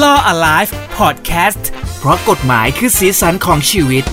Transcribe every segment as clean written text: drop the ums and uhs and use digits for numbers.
Law Alive Podcast เพราะกฎหมายคือสีสันของชีวิต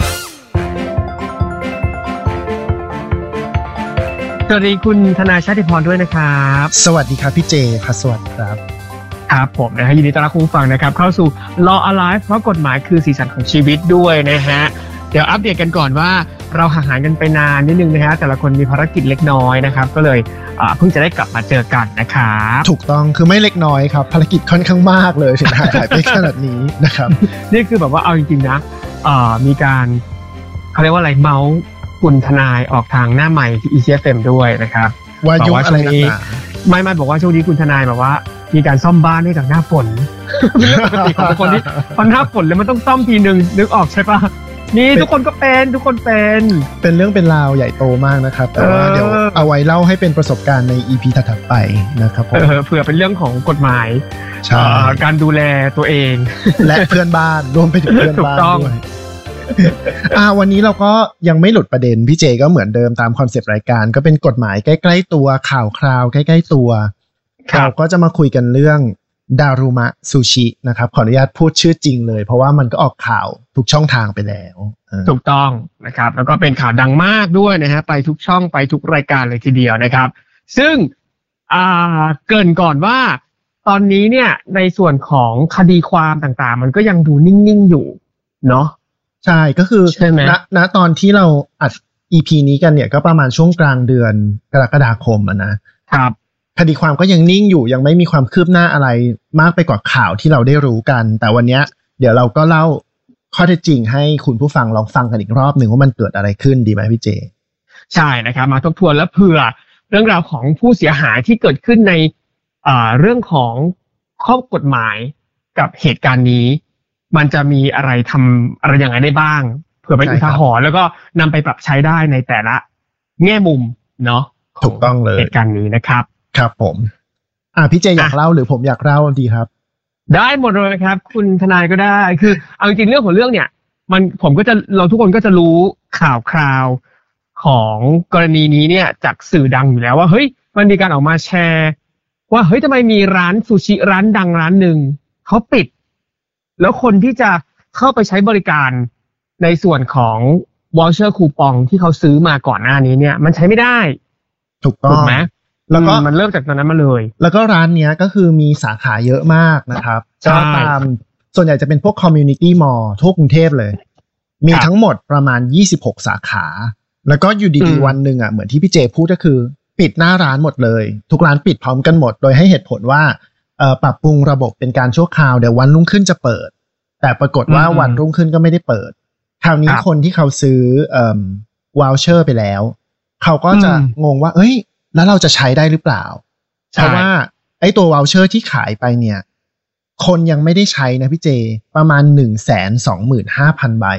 สวัสดีคุณธนาชาติพรด้วยนะครับสวัสดีครับพี่เจครับสวัสดีครับครับผมนะฮะยินดีต้อนรับคุณผู้ฟังนะครับเข้าสู่ Law Alive เพราะกฎหมายคือสีสันของชีวิตด้วยนะฮะเดี๋ยวอัปเดตกันก่อนว่าเราห่างหายกันไปนานนิดนึงนะฮะแต่ละคนมีภารกิจเล็กน้อยนะครับก็เลยเพิ่งจะได้กลับมาเจอกันนะครับถูกต้องคือไม่เล็กน้อยครับภารกิจค่อนข้างมากเลยถึงหายไปขนาดนี้นะครับนี่คือแบบว่าเอาจริงๆนะมีการเขาเรียกว่าอะไรเมาส์คุณทนายออกทางหน้าใหม่ที่ ECFM ด้วยนะครับว่ายุ่งอะไรนักหนาไม่บอกว่าช่วงนี้คุณทนายแบบว่ามีการซ่อมบ้านให้กับหน้าฝนเป็นเรื่องปกติของคนที่พอหน้าฝนแล้วมันต้องซ่อมทีนึงนึกออกใช่ปะนี่ทุกคนก็เป็นทุกคนเป็นเรื่องเป็นราวใหญ่โตมากนะครับแต่ว่าเดี๋ยวเอาไว้เล่าให้เป็นประสบการณ์ใน EP ถัดไปนะครับผมเผื่อเป็นเรื่องของกฎหมายการดูแลตัวเองและเพื่อนบ้านรวมไปถึงเพื่อนบ้านด้วยวันนี้เราก็ยังไม่หลุดประเด็นพี่เจก็เหมือนเดิมตามคอนเซปต์รายการก็เป็นกฎหมายใกล้ๆตัวข่าวคราวใกล้ๆตัวเราก็จะมาคุยกันเรื่องดารุมะซูชินะครับขออนุญาตพูดชื่อจริงเลยเพราะว่ามันก็ออกข่าวทุกช่องทางไปแล้วถูกต้องนะครับแล้วก็เป็นข่าวดังมากด้วยนะฮะไปทุกช่องไปทุกรายการเลยทีเดียวนะครับซึ่งเกริ่นก่อนว่าตอนนี้เนี่ยในส่วนของคดีความต่างๆมันก็ยังดูนิ่งๆอยู่เนาะใช่ก็คือณตอนที่เราอัด EP นี้กันเนี่ยก็ประมาณช่วงกลางเดือนกรกฎาคมนะครับคดีความก็ยังนิ่งอยู่ยังไม่มีความคืบหน้าอะไรมากไปกว่าข่าวที่เราได้รู้กันแต่วันนี้เดี๋ยวเราก็เล่าข้อเท็จจริงให้คุณผู้ฟังลองฟังกันอีกรอบหนึ่งว่ามันเกิดอะไรขึ้นดีไหมพี่เจใช่นะครับมาทบทวนและเผื่อเรื่องราวของผู้เสียหายที่เกิดขึ้นในเรื่องของข้อกฎหมายกับเหตุการณ์นี้มันจะมีอะไรทำอะไรอย่างไรได้บ้างเผื่อเป็นอุทาหรณ์แล้วก็นำไปปรับใช้ได้ในแต่ละแง่มุมเนาะถูกต้องเลยเหตุการณ์นี้นะครับครับผมพี่เจอยากเล่าหรือผมอยากเล่าดีครับได้หมดเลยครับคุณทนายก็ได้คือเอาจริงๆเรื่องของเรื่องเนี่ยผมก็จะเราทุกคนก็จะรู้ข่าวคราวของกรณีนี้เนี่ยจากสื่อดังอยู่แล้วว่าเฮ้ยมันมีการออกมาแชร์ว่าเฮ้ยทำไมมีร้านซูชิร้านดังร้านหนึ่งเขาปิดแล้วคนที่จะเข้าไปใช้บริการในส่วนของวอเชอร์คูปองที่เขาซื้อมาก่อนหน้านี้เนี่ยมันใช้ไม่ได้ถูกต้องไหมแล้วก็มันเริ่มจากตอนนั้นมาเลยแล้วก็ร้านเนี้ยก็คือมีสาขาเยอะมากนะครับก็ตามส่วนใหญ่จะเป็นพวกคอมมูนิตี้มอลล์ทั่วกรุงเทพเลยมีทั้งหมดประมาณ26สาขาแล้วก็อยู่ดีๆวันหนึ่งเหมือนที่พี่เจพูดก็คือปิดหน้าร้านหมดเลยทุกร้านปิดพร้อมกันหมดโดยให้เหตุผลว่าปรับปรุงระบบเป็นการชั่วคราวเดี๋ยววันรุ่งขึ้นจะเปิดแต่ปรากฏว่าวันรุ่งขึ้นก็ไม่ได้เปิดคราวนี้คนที่เขาซื้อวอลเชอร์ไปแล้วเขาก็จะงงว่าเอ้ยแล้วเราจะใช้ได้หรือเปล่าเพราะว่าไอ้ตัววอลเชอร์ที่ขายไปเนี่ยคนยังไม่ได้ใช้นะพี่เจประมาณ 125,000 ใบ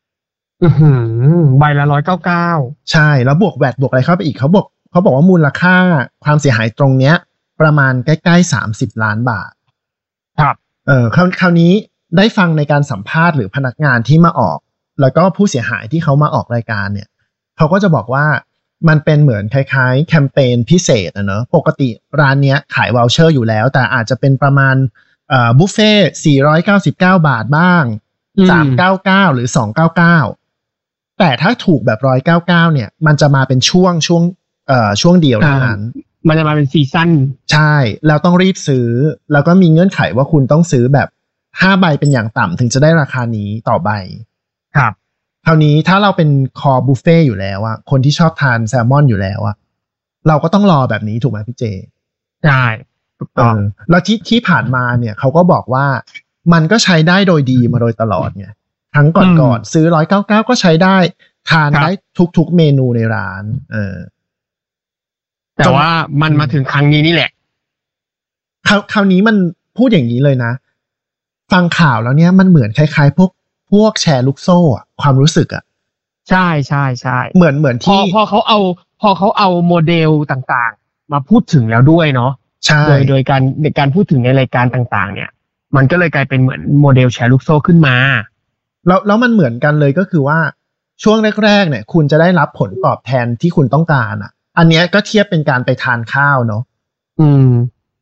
ใบละ199 ใช่แล้วบวกแวตบวกอะไรเข้าไปอีกเขาบอกว่ามูลค่าความเสียหายตรงเนี้ยประมาณใกล้ๆ30ล้านบาทครับคราวนี้ได้ฟังในการสัมภาษณ์หรือพนักงานที่มาออกแล้วก็ผู้เสียหายที่เขามาออกรายการเนี่ยเขาก็จะบอกว่ามันเป็นเหมือนคล้ายๆแคมเปญพิเศษเนอะปกติร้านเนี้ยขายวอลเชอร์อยู่แล้วแต่อาจจะเป็นประมาณบุฟเฟ่499บาทบ้าง399หรือ299แต่ถ้าถูกแบบ199เนี่ยมันจะมาเป็นช่วงเดียวเท่านั้นมันจะมาเป็นซีซั่นใช่แล้วต้องรีบซื้อแล้วก็มีเงื่อนไขว่าคุณต้องซื้อแบบ5ใบเป็นอย่างต่ำถึงจะได้ราคานี้ต่อใบครับคราวนี้ถ้าเราเป็นคอบุฟเฟ่อยู่แล้วอะคนที่ชอบทานแซลมอนอยู่แล้วอะเราก็ต้องรอแบบนี้ถูกไหมพี่เจใช่ถูกต้องแล้วที่ผ่านมาเนี่ยเขาก็บอกว่ามันก็ใช้ได้โดยดีมาโดยตลอดไงทั้งก่อนซื้อ199ก็ใช้ได้ทานได้ทุกเมนูในร้านแต่ว่ามันมาถึงครั้งนี้นี่แหละคราวนี้มันพูดอย่างนี้เลยนะฟังข่าวแล้วเนี่ยมันเหมือนคล้ายๆพวกแชร์ลูกโซ่อะความรู้สึกอะใช่เหมือนที่พอเขาเอาโมเดลต่างๆมาพูดถึงแล้วด้วยเนาะใช่โดยการพูดถึงในรายการต่างๆเนี่ยมันก็เลยกลายเป็นเหมือนโมเดลแชร์ลูกโซ่ขึ้นมาแล้วมันเหมือนกันเลยก็คือว่าช่วงแรกๆเนี่ยคุณจะได้รับผลตอบแทนที่คุณต้องการอ่ะอันเนี้ยก็เทียบเป็นการไปทานข้าวเนาะ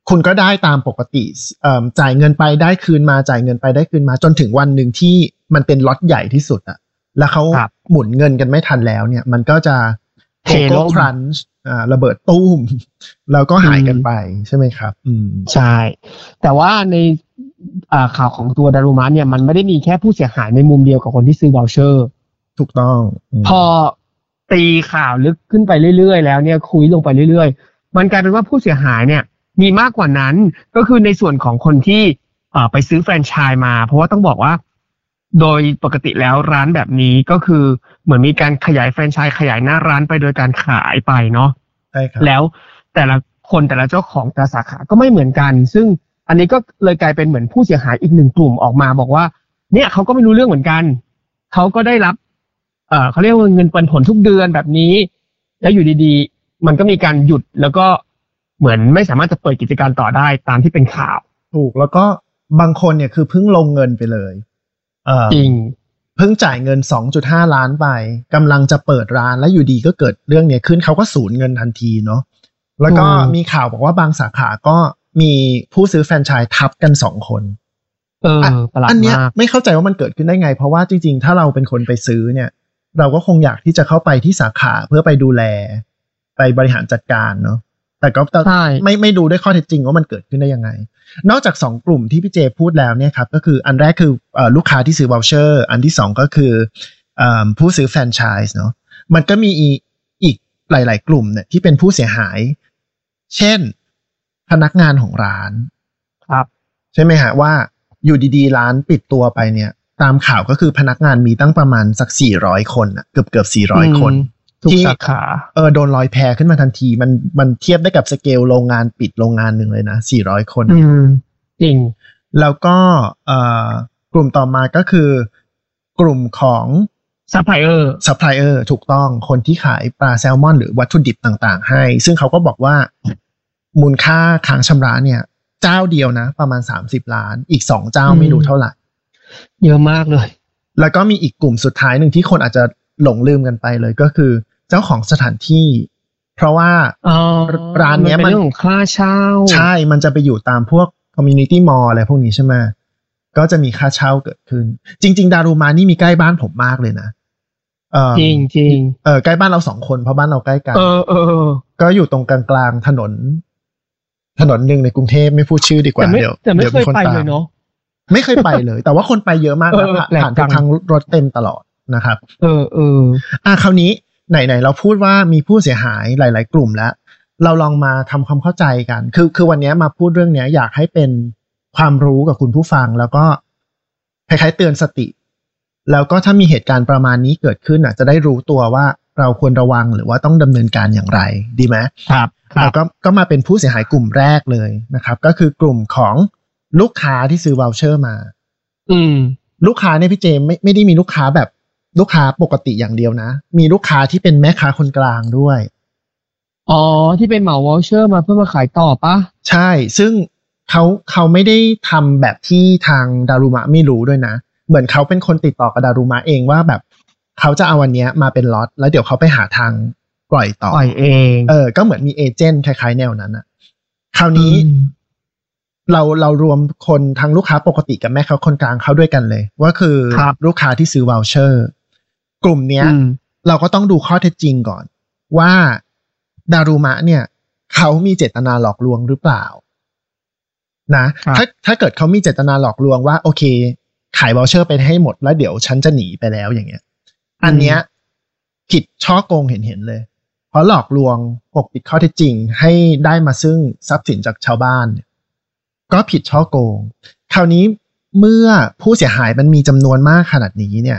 คุณก็ได้ตามปกติจ่ายเงินไปได้คืนมาจ่ายเงินไปได้คืนมาจนถึงวันหนึ่งที่มันเป็นล็อตใหญ่ที่สุดอะแล้วเขาหมุนเงินกันไม่ทันแล้วเนี่ยมันก็จะโกโก้ครันช์ระเบิดตู้มแล้วก็หายกันไปใช่ไหมครับใช่แต่ว่าในข่าวของตัวดารุมะเนี่ยมันไม่ได้มีแค่ผู้เสียหายในมุมเดียวกับคนที่ซื้อวอลเชอร์ถูกต้องพอตีข่าวลึกขึ้นไปเรื่อยๆแล้วเนี่ยคุยลงไปเรื่อยๆมันกลายเป็นว่าผู้เสียหายเนี่ยมีมากกว่านั้นก็คือในส่วนของคนที่ไปซื้อแฟรนไชส์มาเพราะว่าต้องบอกว่าโดยปกติแล้วร้านแบบนี้ก็คือเหมือนมีการขยายแฟรนไชส์ขยายหน้าร้านไปโดยการขายไปเนาะใช่ครับแล้วแต่ละคนแต่ละเจ้าของแต่ละสาขาก็ไม่เหมือนกันซึ่งอันนี้ก็เลยกลายเป็นเหมือนผู้เสียหายอีกหนึ่งกลุ่มออกมาบอกว่าเนี่ยเขาก็ไม่รู้เรื่องเหมือนกันเขาก็ได้รับเขาเรียกว่าเงินปันผลทุกเดือนแบบนี้แล้วอยู่ดีๆมันก็มีการหยุดแล้วก็เหมือนไม่สามารถจะเปิดกิจการต่อได้ตามที่เป็นข่าวถูกแล้วก็บางคนเนี่ยคือเพิ่งลงเงินไปเลยจริงเพิ่งจ่ายเงิน 2.5 ล้านไปกำลังจะเปิดร้านแล้วอยู่ดีก็เกิดเรื่องเนี้ยขึ้นเขาก็สูญเงินทันทีเนาะแล้วก็มีข่าวบอกว่าบางสาขาก็มีผู้ซื้อแฟรนไชส์ทับกัน2คนประหลาดมากอันเนี้ยไม่เข้าใจว่ามันเกิดขึ้นได้ไงเพราะว่าจริงๆถ้าเราเป็นคนไปซื้อเนี่ยเราก็คงอยากที่จะเข้าไปที่สาขาเพื่อไปดูแลไปบริหารจัดการเนาะแต่ก็ไม่ดูได้ข้อเท็จจริงว่ามันเกิดขึ้นได้ยังไงนอกจาก2กลุ่มที่พี่เจพูดแล้วเนี่ยครับก็คืออันแรกคือลูกค้าที่ซื้อวอลเชอร์อันที่2ก็คือผู้ซื้อแฟรนไชส์เนาะมันก็มีอีกหลายๆกลุ่มเนี่ยที่เป็นผู้เสียหายเช่นพนักงานของร้านครับใช่ไหมฮะว่าอยู่ดีๆร้านปิดตัวไปเนี่ยตามข่าวก็คือพนักงานมีตั้งประมาณสัก400คนอ่ะเกือบ400คนทุกสาขาโดนลอยแพขึ้นมาทันทีมันเทียบได้กับสเกลโรงงานปิดโรงงานหนึ่งเลยนะ400คนจริงแล้วก็กลุ่มต่อมาก็คือกลุ่มของซัพพลายเออร์ถูกต้องคนที่ขายปลาแซลมอนหรือวัตถุดิบต่างๆให้ซึ่งเขาก็บอกว่ามูลค่าค้างชำระเนี่ยเจ้าเดียวนะประมาณ30ล้านอีก2เจ้าไม่รู้เท่าไหร่เยอะมากเลยแล้วก็มีอีกกลุ่มสุดท้ายหนึ่งที่คนอาจจะหลงลืมกันไปเลยก็คือเจ้าของสถานที่เพราะว่าร้านนี้มันเป็นเรื่องของค่าเช่าใช่มันจะไปอยู่ตามพวก community mall อะไรพวกนี้ใช่ไหมก็จะมีค่าเช่าเกิดขึ้นจริงๆดารุมานี่มีใกล้บ้านผมมากเลยนะจริงจริงใกล้บ้านเรา2คนเพราะบ้านเราใกล้กันก็อยู่ตรงกลางๆถนนหนึ่งในกรุงเทพไม่พูดชื่อดีกว่าเดี๋ยวมีคนตามไม่เคยไปเลยแต่ว่าคนไปเยอะมากนะผ่านทุกครั้งรถเต็มตลอดนะครับคราวนี้ไหนเราพูดว่ามีผู้เสียหายหลายๆกลุ่มแล้วเราลองมาทำความเข้าใจกันคือวันนี้มาพูดเรื่องนี้อยากให้เป็นความรู้กับคุณผู้ฟังแล้วก็คล้ายๆเตือนสติแล้วก็ถ้ามีเหตุการณ์ประมาณนี้เกิดขึ้นจะได้รู้ตัวว่าเราควรระวังหรือว่าต้องดำเนินการอย่างไรดีไหมครับแล้วก็มาเป็นผู้เสียหายกลุ่มแรกเลยนะครับก็คือกลุ่มของลูกค้าที่ซื้อวอลเชอร์มาลูกค้าเนี่ยพี่เจไม่ได้มีลูกค้าแบบลูกค้าปกติอย่างเดียวนะมีลูกค้าที่เป็นแม่ค้าคนกลางด้วยที่เป็นเหมาวอลเชอร์มาเพื่อมาขายต่อปะใช่ซึ่งเขาไม่ได้ทำแบบที่ทางดารุมะไม่รู้ด้วยนะเหมือนเขาเป็นคนติดต่อกับดารุมะเองว่าแบบเขาจะเอาวันนี้มาเป็นล็อตแล้วเดี๋ยวเขาไปหาทางปล่อยต่อปล่อยเองก็เหมือนมีเอเจนต์คล้ายๆแนวนั้นคราวนี้เรารวมคนทั้งลูกค้าปกติกับแม่ค้าคนกลางเข้าด้วยกันเลยว่าคือลูกค้าที่ซื้อวอลเชอร์กลุ่มเนี้ยเราก็ต้องดูข้อเท็จจริงก่อนว่าดารุมะเนี่ยเขามีเจตนาหลอกลวงหรือเปล่านะถ้าเกิดเขามีเจตนาหลอกลวงว่าโอเคขายวอลเชอร์ไปให้หมดแล้วเดี๋ยวฉันจะหนีไปแล้วอย่างเงี้ยอันเนี้ยผิดช่อโกงเห็นเลยเพราะหลอกลวงปกปิดข้อเท็จจริงให้ได้มาซึ่งทรัพย์สินจากชาวบ้านก็ผิดช่อโกงคราวนี้เมื่อผู้เสียหายมันมีจำนวนมากขนาดนี้เนี่ย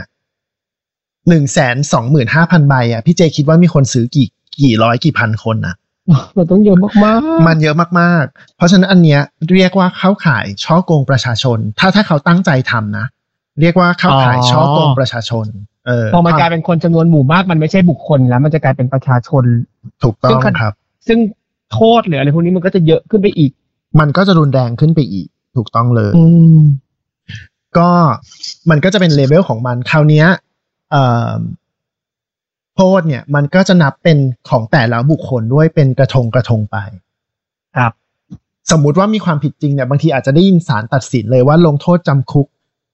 125,000 ใบพี่เจคิดว่ามีคนซื้อกี่ร้อยกี่พันคนนะมันต้องเยอะมากๆมันเยอะมากๆเพราะฉะนั้นอันเนี้ยเรียกว่าเข้าข่ายช่อโกงประชาชนถ้าเขาตั้งใจทำนะเรียกว่าเข้าข่ายช่อโกงประชาชนพอมันกลายเป็นคนจำนวนหมู่มากมันไม่ใช่บุคคลแล้วมันจะกลายเป็นประชาชนถูกต้องครับซึ่งโทษหรืออะไรพวกนี้มันก็จะเยอะขึ้นไปอีกมันก็จะรุนแรงขึ้นไปอีกถูกต้องเลยก็มันก็จะเป็นเลเวลของมันคราวนี้โทษเนี่ยมันก็จะนับเป็นของแต่ละบุคคลด้วยเป็นกระทงไปครับสมมุติว่ามีความผิดจริงเนี่ยบางทีอาจจะได้ยินศาลตัดสินเลยว่าลงโทษจำคุก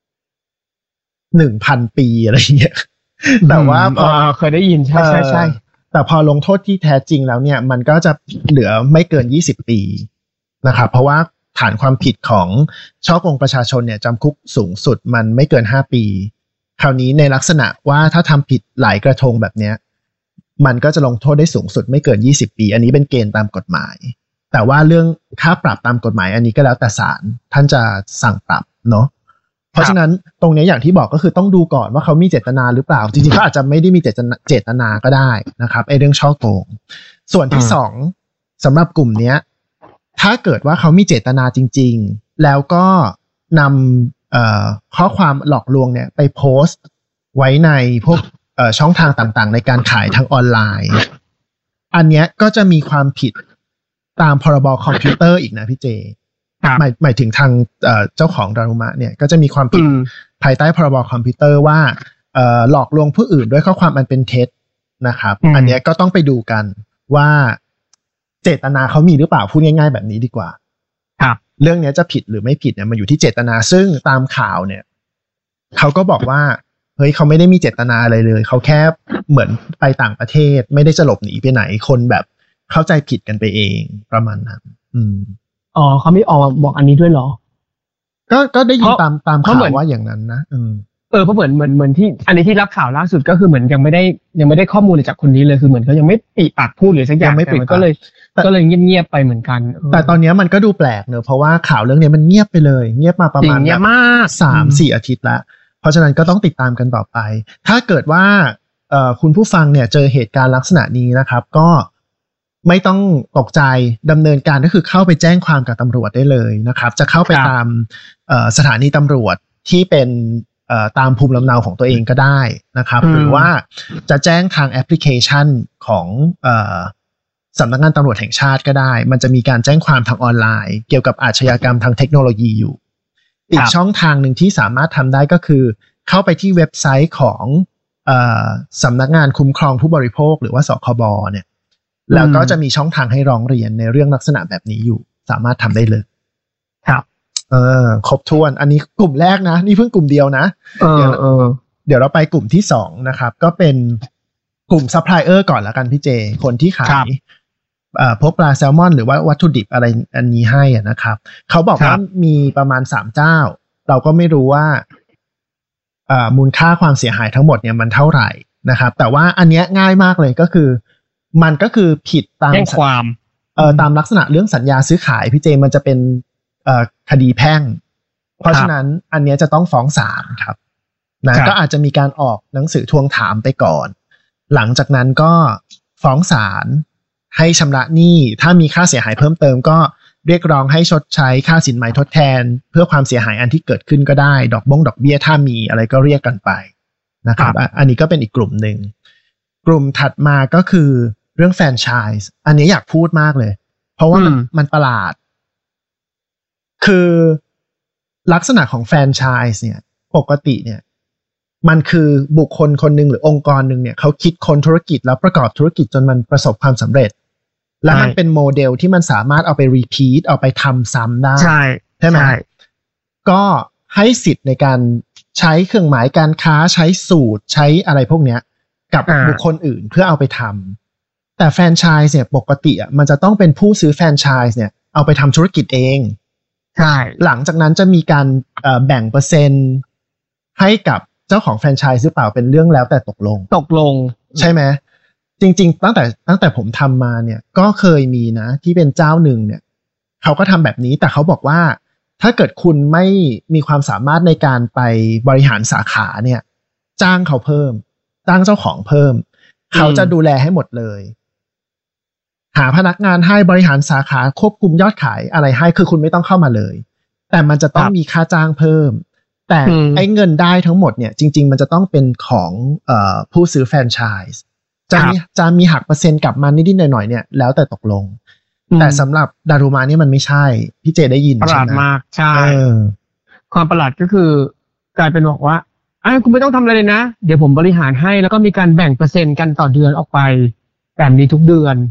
1,000 ปีอะไรเงี้ยแต่ว่าพอเคยได้ยินใช่แต่พอลงโทษที่แท้จริงแล้วเนี่ยมันก็จะเหลือไม่เกิน20 ปีนะครับเพราะว่าฐานความผิดของฉ้อโกงประชาชนเนี่ยจำคุกสูงสุดมันไม่เกิน5 ปีคราวนี้ในลักษณะว่าถ้าทำผิดหลายกระทงแบบเนี้ยมันก็จะลงโทษได้สูงสุดไม่เกิน20 ปีอันนี้เป็นเกณฑ์ตามกฎหมายแต่ว่าเรื่องค่าปรับตามกฎหมายอันนี้ก็แล้วแต่ศาลท่านจะสั่งปรับเนาะเพราะฉะนั้นตรงนี้อย่างที่บอกก็คือต้องดูก่อนว่าเขามีเจตนาหรือเปล่าจริงๆเขาอาจจะไม่ได้มีเจตนาก็ได้นะครับไอ้เรื่องฉ้อโกงส่วนที่2สำหรับกลุ่มเนี้ยถ้าเกิดว่าเขามีเจตนาจริงๆแล้วก็นำข้อความหลอกลวงเนี่ยไปโพสต์ไว้ในพวกช่องทางต่างๆในการขายทางออนไลน์อันเนี้ยก็จะมีความผิดตามพรบคอมพิวเตอร์อีกนะพี่เจหมายถึงทางเจ้าของดารุมะเนี่ยก็จะมีความผิดภายใต้พรบคอมพิวเตอร์ว่าหลอกลวงผู้อื่นด้วยข้อความอันเป็นเท็จนะครับอันเนี้ยก็ต้องไปดูกันว่าเจตนาเขามีหรือเปล่าพูดง่ายๆแบบนี้ดีกว่าครับเรื่องนี้จะผิดหรือไม่ผิดเนี่ยมันอยู่ที่เจตนาซึ่งตามข่าวเนี่ยเขาก็บอกว่าเฮ้ยเขาไม่ได้มีเจตนาอะไรเลยเขาแค่เหมือนไปต่างประเทศไม่ได้จะหลบหนีไปไหนคนแบบเข้าใจผิดกันไปเองประมาณนั้นเขาไม่ออกมาบอกอันนี้ด้วยเหรอก็ได้ยินตามข่าวว่าอย่างนั้นนะเพราะเหมือนที่อันนี้ที่รับข่าวล่าสุดก็คือเหมือนยังไม่ได้ข้อมูลจากคนนี้เลยคือเหมือนเขายังไม่ปิดปากพูดหรือสักอย่างแต่มันก็เลยเงียบๆไปเหมือนกันแต่ตอนนี้มันก็ดูแปลกเนอะเพราะว่าข่าวเรื่องนี้มันเงียบไปเลยเงียบมาประมาณ 3-4 อาทิตย์แล้วเพราะฉะนั้นก็ต้องติดตามกันต่อไปถ้าเกิดว่าคุณผู้ฟังเนี่ยเจอเหตุการณ์ลักษณะนี้นะครับก็ไม่ต้องตกใจดำเนินการก็คือเข้าไปแจ้งความกับตำรวจได้เลยนะครับจะเข้าไปตามสถานีตำรวจที่เป็นตามภูมิลำเนาของตัวเองก็ได้นะครับหรือว่าจะแจ้งทางแอปพลิเคชันของสำนักงานตำรวจแห่งชาติก็ได้มันจะมีการแจ้งความทางออนไลน์เกี่ยวกับอาชญากรรมทางเทคโนโลยีอยู่อีกช่องทางหนึ่งที่สามารถทำได้ก็คือเข้าไปที่เว็บไซต์ของสำนักงานคุ้มครองผู้บริโภคหรือว่าสคบเนี่ยแล้วก็จะมีช่องทางให้ร้องเรียนในเรื่องลักษณะแบบนี้อยู่สามารถทำได้เลยครับครบถ้วนอันนี้กลุ่มแรกนะนี่เพิ่งกลุ่มเดียวนะเดี๋ยวเราไปกลุ่มที่2นะครับก็เป็นกลุ่มซัพพลายเออร์ก่อนละกันพี่เจคนที่ขายพวกปลาแซลมอนหรือว่าวัตถุดิบอะไรอันนี้ให้นะครับเขาบอกว่ามีประมาณ3เจ้าเราก็ไม่รู้ว่ามูลค่าความเสียหายทั้งหมดเนี่ยมันเท่าไหร่นะครับแต่ว่าอันเนี้ยง่ายมากเลยก็คือมันก็คือผิดตามความตามลักษณะเรื่องสัญญาซื้อขายพี่เจมันจะเป็นคดีแพ่งเพราะฉะนั้นอันนี้จะต้องฟ้องศาลครับนะก็อาจจะมีการออกหนังสือทวงถามไปก่อนหลังจากนั้นก็ฟ้องศาลให้ชำระหนี้ถ้ามีค่าเสียหายเพิ่มเติมก็เรียกร้องให้ชดใช้ค่าสินไหมทดแทนเพื่อความเสียหายอันที่เกิดขึ้นก็ได้ดอกเบี้ยถ้ามีอะไรก็เรียกกันไปนะครับอันนี้ก็เป็นอีกกลุ่มหนึ่งกลุ่มถัดมาก็คือเรื่องแฟรนไชส์อันนี้อยากพูดมากเลยเพราะว่ามันประหลาดคือลักษณะของแฟรนไชส์เนี่ยปกติเนี่ยมันคือบุคคลคนหนึ่งหรือองค์กรหนึ่งเนี่ยเขาคิดค้นธุรกิจแล้วประกอบธุรกิจจนมันประสบความสำเร็จและมันเป็นโมเดลที่มันสามารถเอาไปรีพีทเอาไปทำซ้ำได้ใช่ไหมก็ให้สิทธิ์ในการใช้เครื่องหมายการค้าใช้สูตรใช้อะไรพวกเนี้ยกับบุคคลอื่นเพื่อเอาไปทำแต่แฟรนไชส์เนี่ยปกติอ่ะมันจะต้องเป็นผู้ซื้อแฟรนไชส์เนี่ยเอาไปทำธุรกิจเองใช่หลังจากนั้นจะมีการแบ่งเปอร์เซ็นต์ให้กับเจ้าของแฟรนไชส์หรือเปล่าเป็นเรื่องแล้วแต่ตกลงใช่ไหมจริงๆตั้งแต่ผมทำมาเนี่ยก็เคยมีนะที่เป็นเจ้าหนึ่งเนี่ยเขาก็ทำแบบนี้แต่เขาบอกว่าถ้าเกิดคุณไม่มีความสามารถในการไปบริหารสาขาเนี่ยจ้างเขาเพิ่มจ้างเจ้าของเพิ่มเขาจะดูแลให้หมดเลยหาพนักงานให้บริหารสาขาควบคุมยอดขายอะไรให้คือคุณไม่ต้องเข้ามาเลยแต่มันจะต้องมีค่าจ้างเพิ่มแต่ไอ้เงินได้ทั้งหมดเนี่ยจริงๆมันจะต้องเป็นของผู้ซื้อแฟรนไชส์จะมีหักเปอร์เซ็นต์กลับมานิดๆหน่อยๆเนี่ยแล้วแต่ตกลงแต่สำหรับดารุมะนี่มันไม่ใช่พี่เจได้ยินประหลาดมากใช่ความประหลาดก็คือกลายเป็นบอกว่าคุณไม่ต้องทำอะไรเลยนะเดี๋ยวผมบริหารให้แล้วก็มีการแบ่งเปอร์เซ็นต์กันต่อเดือนออกไปแบบนี้ทุกเดือน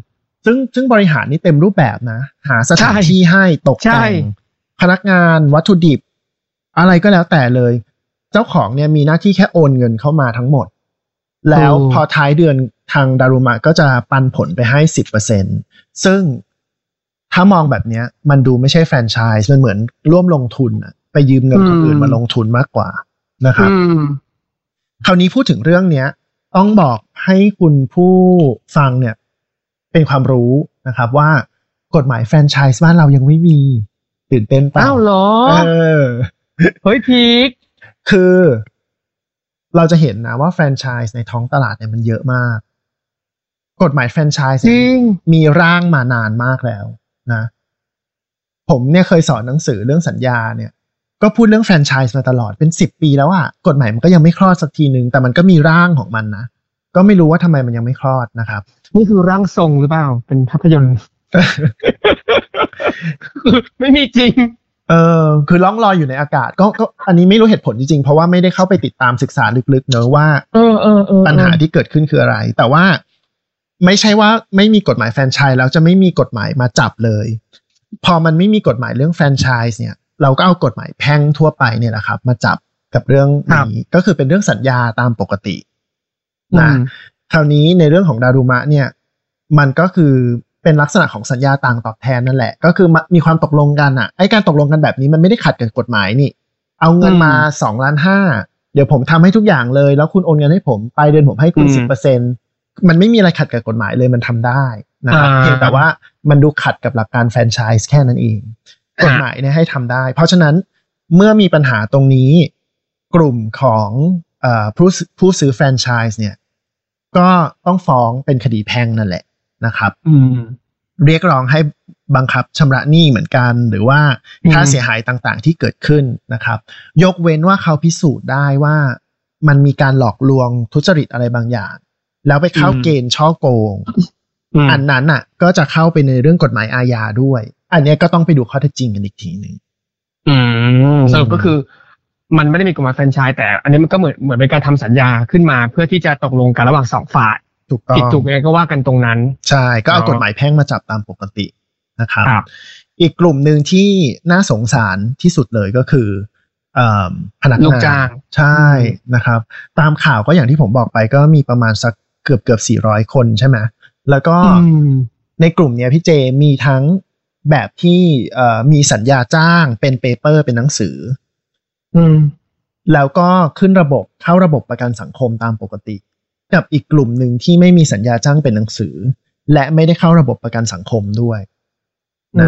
ซึ่งบริหารนี่เต็มรูปแบบนะหาสถานที่ให้ตกแต่งพนักงานวัตถุดิบอะไรก็แล้วแต่เลยเจ้าของเนี่ยมีหน้าที่แค่โอนเงินเข้ามาทั้งหมดแล้วพอท้ายเดือนทางดารุมะก็จะปันผลไปให้ 10% ซึ่งถ้ามองแบบนี้มันดูไม่ใช่แฟรนไชส์มันเหมือนร่วมลงทุนอะไปยืมเงินคนอื่นมาลงทุนมากกว่านะครับคราวนี้พูดถึงเรื่องเนี้ยต้องบอกให้คุณผู้ฟังเนี่ยเป็นความรู้นะครับว่ากฎหมายแฟรนไชส์บ้านเรายังไม่มีตื่นเต้นเปล่าอ้าวเหรอเฮ้ยพีคคือเราจะเห็นนะว่าแฟรนไชส์ในท้องตลาดเนี่ยมันเยอะมากกฎหมายแฟรนไชส์มีร่างมานานมากแล้วนะผมเนี่ยเคยสอนหนังสือเรื่องสัญญาเนี่ยก็พูดเรื่องแฟรนไชส์มาตลอดเป็น10 ปีแล้วอะกฎหมายมันก็ยังไม่คลอดสักทีนึงแต่มันก็มีร่างของมันนะก็ไม่รู้ว่าทำไมมันยังไม่คลอดนะครับนี่คือร่างทรงหรือเปล่าเป็นภาพยนตร์ ไม่มีจริงคือล่องลอยอยู่ในอากาศก็อันนี้ไม่รู้เหตุผลจริงๆเพราะว่าไม่ได้เข้าไปติดตามศึกษาลึกๆเนอะว่าปัญหาที่เกิดขึ้นคืออะไรแต่ว่าไม่ใช่ว่าไม่มีกฎหมายแฟรนไชส์แล้วจะไม่มีกฎหมายมาจับเลยพอมันไม่มีกฎหมายเรื่องแฟรนไชส์เนี่ยเราก็เอากฎหมายแพ่งทั่วไปเนี่ยแหละครับมาจับกับเรื่องนี้ก็คือเป็นเรื่องสัญญาตามปกตินะคราวนี้ในเรื่องของดารุมะเนี่ยมันก็คือเป็นลักษณะของสัญญาต่างตอบแทนนั่นแหละก็คือมีความตกลงกันอ่ะไอ้การตกลงกันแบบนี้มันไม่ได้ขัดกับกฎหมายนี่เอาเงินมา2.5 ล้านเดี๋ยวผมทำให้ทุกอย่างเลยแล้วคุณโอนเงินให้ผมปลายเดือนผมให้คุณ 10% มันไม่มีอะไรขัดกับกฎหมายเลยมันทำได้นะครับเพียงแต่ว่ามันดูขัดกับหลักการแฟรนไชส์แค่นั้นเองกฎหมายเนี่ยให้ทำได้เพราะฉะนั้นเมื่อมีปัญหาตรงนี้กลุ่มของผู้ซื้อแฟรนไชส์เนี่ยก็ต้องฟ้องเป็นคดีแพ่งนั่นแหละนะครับเรียกร้องให้บังคับชำระหนี้เหมือนกันหรือว่าค่าเสียหายต่างๆที่เกิดขึ้นนะครับยกเว้นว่าเขาพิสูจน์ได้ว่ามันมีการหลอกลวงทุจริตอะไรบางอย่างแล้วไปเข้าเกณฑ์ช่อโกงอันนั้นอ่ะก็จะเข้าไปในเรื่องกฎหมายอาญาด้วยอันนี้ก็ต้องไปดูข้อเท็จจริงกันอีกทีนึงสรุปก็คือมันไม่ได้มีกฎหมายแฟรนไชส์แต่อันนี้มันก็เหมือนเป็นการทำสัญญาขึ้นมาเพื่อที่จะตกลงกันระหว่าง2 ฝ่ายผิดถูกยังไงก็ว่ากันตรงนั้นใช่ก็เอากฎหมายแพ่งมาจับตามปกตินะครับอีกกลุ่มหนึ่งที่น่าสงสารที่สุดเลยก็คือพนักงานลูกจ้างใช่นะครับตามข่าวก็อย่างที่ผมบอกไปก็มีประมาณสักเกือบ400 คนใช่ไหมแล้วก็ในกลุ่มนี้พี่เจมีทั้งแบบที่มีสัญญาจ้างเป็นเปเปอร์เป็นหนังสือแล้วก็ขึ้นระบบเข้าระบบประกันสังคมตามปกติกับอีกกลุ่มหนึ่งที่ไม่มีสัญญาจ้างเป็นหนังสือและไม่ได้เข้าระบบประกันสังคมด้วยนะ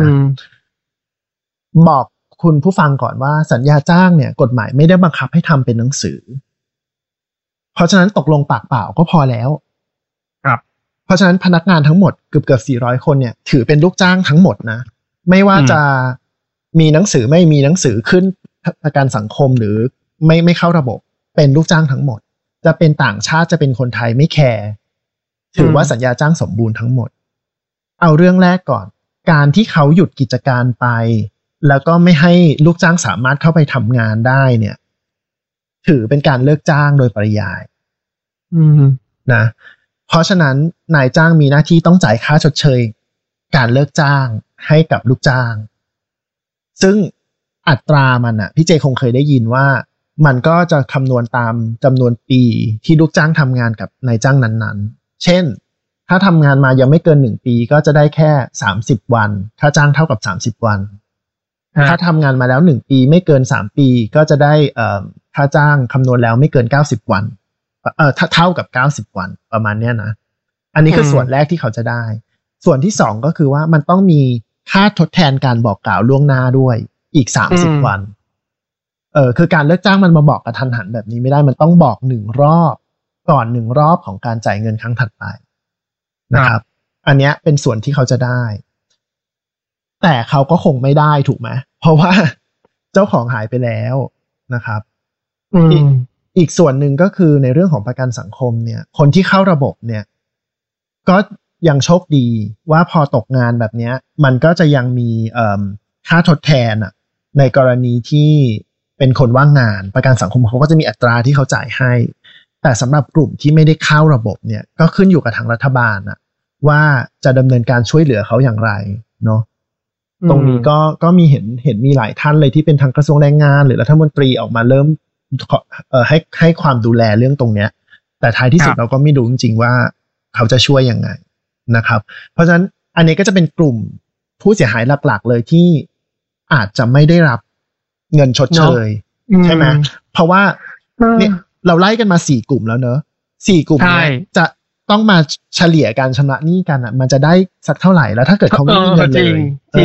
บอกคุณผู้ฟังก่อนว่าสัญญาจ้างเนี่ยกฎหมายไม่ได้บังคับให้ทำเป็นหนังสือเพราะฉะนั้นตกลงปากเปล่าก็พอแล้วครับเพราะฉะนั้นพนักงานทั้งหมดเกือบ400 คนเนี่ยถือเป็นลูกจ้างทั้งหมดนะไม่ว่าจะมีหนังสือไม่มีหนังสือขึ้นประกันสังคมหรือไม่เข้าระบบเป็นลูกจ้างทั้งหมดจะเป็นต่างชาติจะเป็นคนไทยไม่แคร์ถือว่าสัญญาจ้างสมบูรณ์ทั้งหมดเอาเรื่องแรกก่อนการที่เขาหยุดกิจการไปแล้วก็ไม่ให้ลูกจ้างสามารถเข้าไปทำงานได้เนี่ยถือเป็นการเลิกจ้างโดยปริยายนะเพราะฉะนั้นนายจ้างมีหน้าที่ต้องจ่ายค่าชดเชยการเลิกจ้างให้กับลูกจ้างซึ่งอัตรามันอ่ะพี่เจคงเคยได้ยินว่ามันก็จะคำนวณตามจำนวนปีที่ลูกจ้างทำงานกับนายจ้างนั้นๆเช่นถ้าทำงานมายังไม่เกิน1 ปีก็จะได้แค่30 วันค่าจ้างเท่ากับ30 วันถ้าทำงานมาแล้ว1 ปีไม่เกิน3 ปีก็จะได้ค่าจ้างคำนวณแล้วไม่เกิน90 วันเท่ากับ90 วันประมาณเนี้ยนะอันนี้คือส่วนแรกที่เขาจะได้ส่วนที่2ก็คือว่ามันต้องมีค่าทดแทนการบอกกล่าวล่วงหน้าด้วยอีก30 วันคือการเลิกจ้างมันมาบอกกระทันหันแบบนี้ไม่ได้มันต้องบอก1 รอบก่อน1 รอบของการจ่ายเงินครั้งถัดไปนะครับอันเนี้ยเป็นส่วนที่เขาจะได้แต่เขาก็คงไม่ได้ถูกไหมเพราะว่าเจ้าของหายไปแล้วนะครับอีกส่วนหนึ่งก็คือในเรื่องของประกันสังคมเนี่ยคนที่เข้าระบบเนี่ยก็ยังโชคดีว่าพอตกงานแบบนี้มันก็จะยังมีค่าทดแทนอ่ะในกรณีที่เป็นคนว่างงานประกันสังคมเขาก็จะมีอัตราที่เขาจ่ายให้แต่สำหรับกลุ่มที่ไม่ได้เข้าระบบเนี่ยก็ขึ้นอยู่กับทางรัฐบาลอ่ะว่าจะดำเนินการช่วยเหลือเขาอย่างไรเนาะตรงนี้ก็มีเห็นมีหลายท่านเลยที่เป็นทางกระทรวงแรงงานหรือรัฐมนตรีออกมาเริ่มให้ความดูแลเรื่องตรงเนี้ยแต่ท้ายที่สุดเราก็ไม่รู้จริงๆว่าเขาจะช่วยยังไงนะครับเพราะฉะนั้นอันนี้ก็จะเป็นกลุ่มผู้เสียหายหลักๆเลยที่อาจจะไม่ได้รับเงินชดเชยใช่ไหมเพราะว่าเนี่ยเราไล่กันมา4กลุ่มแล้วเนอะ4กลุ่มนี้จะต้องมาเฉลี่ยการชำระหนี้กันอ่ะมันจะได้สักเท่าไหร่แล้วถ้าเกิดเขาไม่มีเงินเลย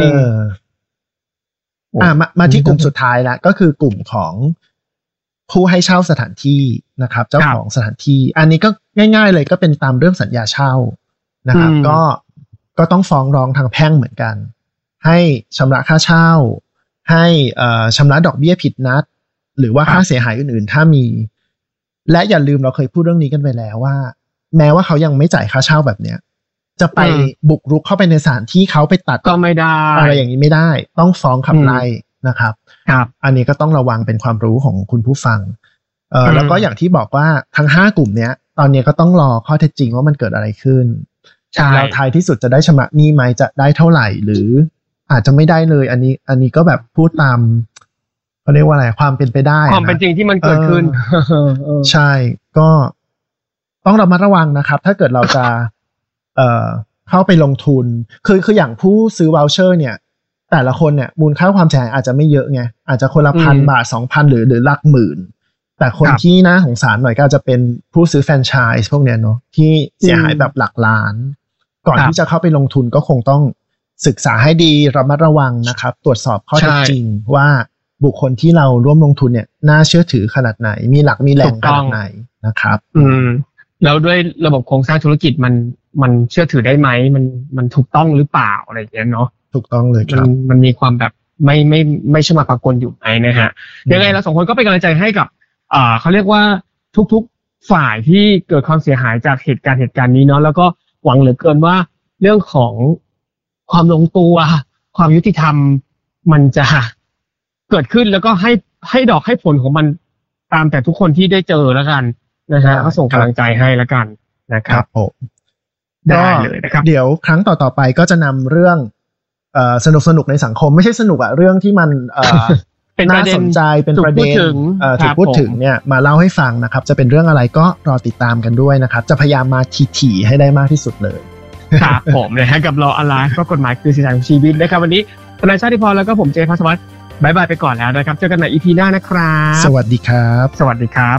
มาที่กลุ่มสุดท้ายละก็คือกลุ่มของผู้ให้เช่าสถานที่นะครับเจ้าของสถานที่อันนี้ก็ง่ายๆเลยก็เป็นตามเรื่องสัญญาเช่านะครับก็ต้องฟ้องร้องทางแพ่งเหมือนกันให้ชำระค่าเช่าให้ชำระดอกเบี้ยผิดนัดหรือว่าค่าเสียหายอื่นๆถ้ามีและอย่าลืมเราเคยพูดเรื่องนี้กันไปแล้วว่าแม้ว่าเขายังไม่จ่ายค่าเช่าแบบเนี้ยจะไปบุกรุกเข้าไปในสถานที่เขาไปตัดก็ไม่ได้อะไรอย่างนี้ไม่ได้ต้องฟ้องขับไล่นะครับอันนี้ก็ต้องระวังเป็นความรู้ของคุณผู้ฟังแล้วก็อย่างที่บอกว่าทั้ง5กลุ่มเนี้ยตอนนี้ก็ต้องรอข้อเท็จจริงว่ามันเกิดอะไรขึ้นแล้วท้ายที่สุดจะได้ชำระหนี้ไหมจะได้เท่าไหร่หรืออาจจะไม่ได้เลยอันนี้ก็แบบพูดตามเขาเรียกว่าอะไรความเป็นไปได้ความเป็นจริงที่มันเกิดขึ้นใช่ก็ต้องระมัดระวังนะครับถ้าเกิดเราจะเข้าไปลงทุนคืออย่างผู้ซื้อวอลเชอร์เนี่ยแต่ละคนเนี่ยมูลค่าความเสียหายอาจจะไม่เยอะไงอาจจะคนละ1,000 บาท 2,000 หรือหลักหมื่นแต่คนที่น่าสงสารหน่อยก็จะเป็นผู้ซื้อแฟรนไชส์พวกเนี้ยเนาะที่เสียหายแบบหลักล้านก่อนที่จะเข้าไปลงทุนก็คงต้องศึกษาให้ดีระมัดระวังนะครับตรวจสอบข้อเท็จจริงว่าบุคคลที่เราร่วมลงทุนเนี่ยน่าเชื่อถือขนาดไหนมีหลักมีแหล่งขนาดไหนนะครับแล้วด้วยระบบโครงสร้างธุรกิจมันเชื่อถือได้ไหมมันถูกต้องหรือเปล่าอะไรอย่างเงี้ยเนาะถูกต้องเลยครับมันมีความแบบไม่ใช่มาปรากฏอยู่ไหมนะฮะยังไงเรา2คนก็เป็นกำลังใจให้กับเขาเรียกว่าทุกๆฝ่ายที่เกิดความเสียหายจากเหตุการณ์นี้เนาะแล้วก็หวังเหลือเกินว่าเรื่องของความลงตัวความยุติธรรมมันจะเกิดขึ้นแล้วก็ให้ดอกให้ผลของมันตามแต่ทุกคนที่ได้เจอแล้วกันนะฮะก็ส่งกำลังใจให้แล้วกันนะครับผมได้เลยนะครับเดี๋ยวครั้งต่อไปก็จะนำเรื่องสนุกในสังคมไม่ใช่สนุกอะเรื่องที่มันน่าสนใจเป็นประเด็นถูกพูดถึงเนี่ยมาเล่าให้ฟังนะครับจะเป็นเรื่องอะไรก็รอติดตามกันด้วยนะครับจะพยายามมาถี่ๆให้ได้มากที่สุดเลยครับผมนะฮะกับรออะไรก็กฎหมายคือสีสันของชีวิตนะครับวันนี้ทนายชาติพรแล้วก็ผมเจภัสวัฒน์บายบายไปก่อนแล้วนะครับเจอกันใน EP หน้านะครับสวัสดีครับสวัสดีครับ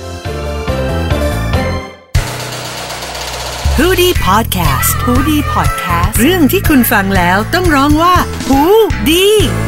Hoodie Podcast เรื่องที่คุณฟังแล้วต้องร้องว่าหูดี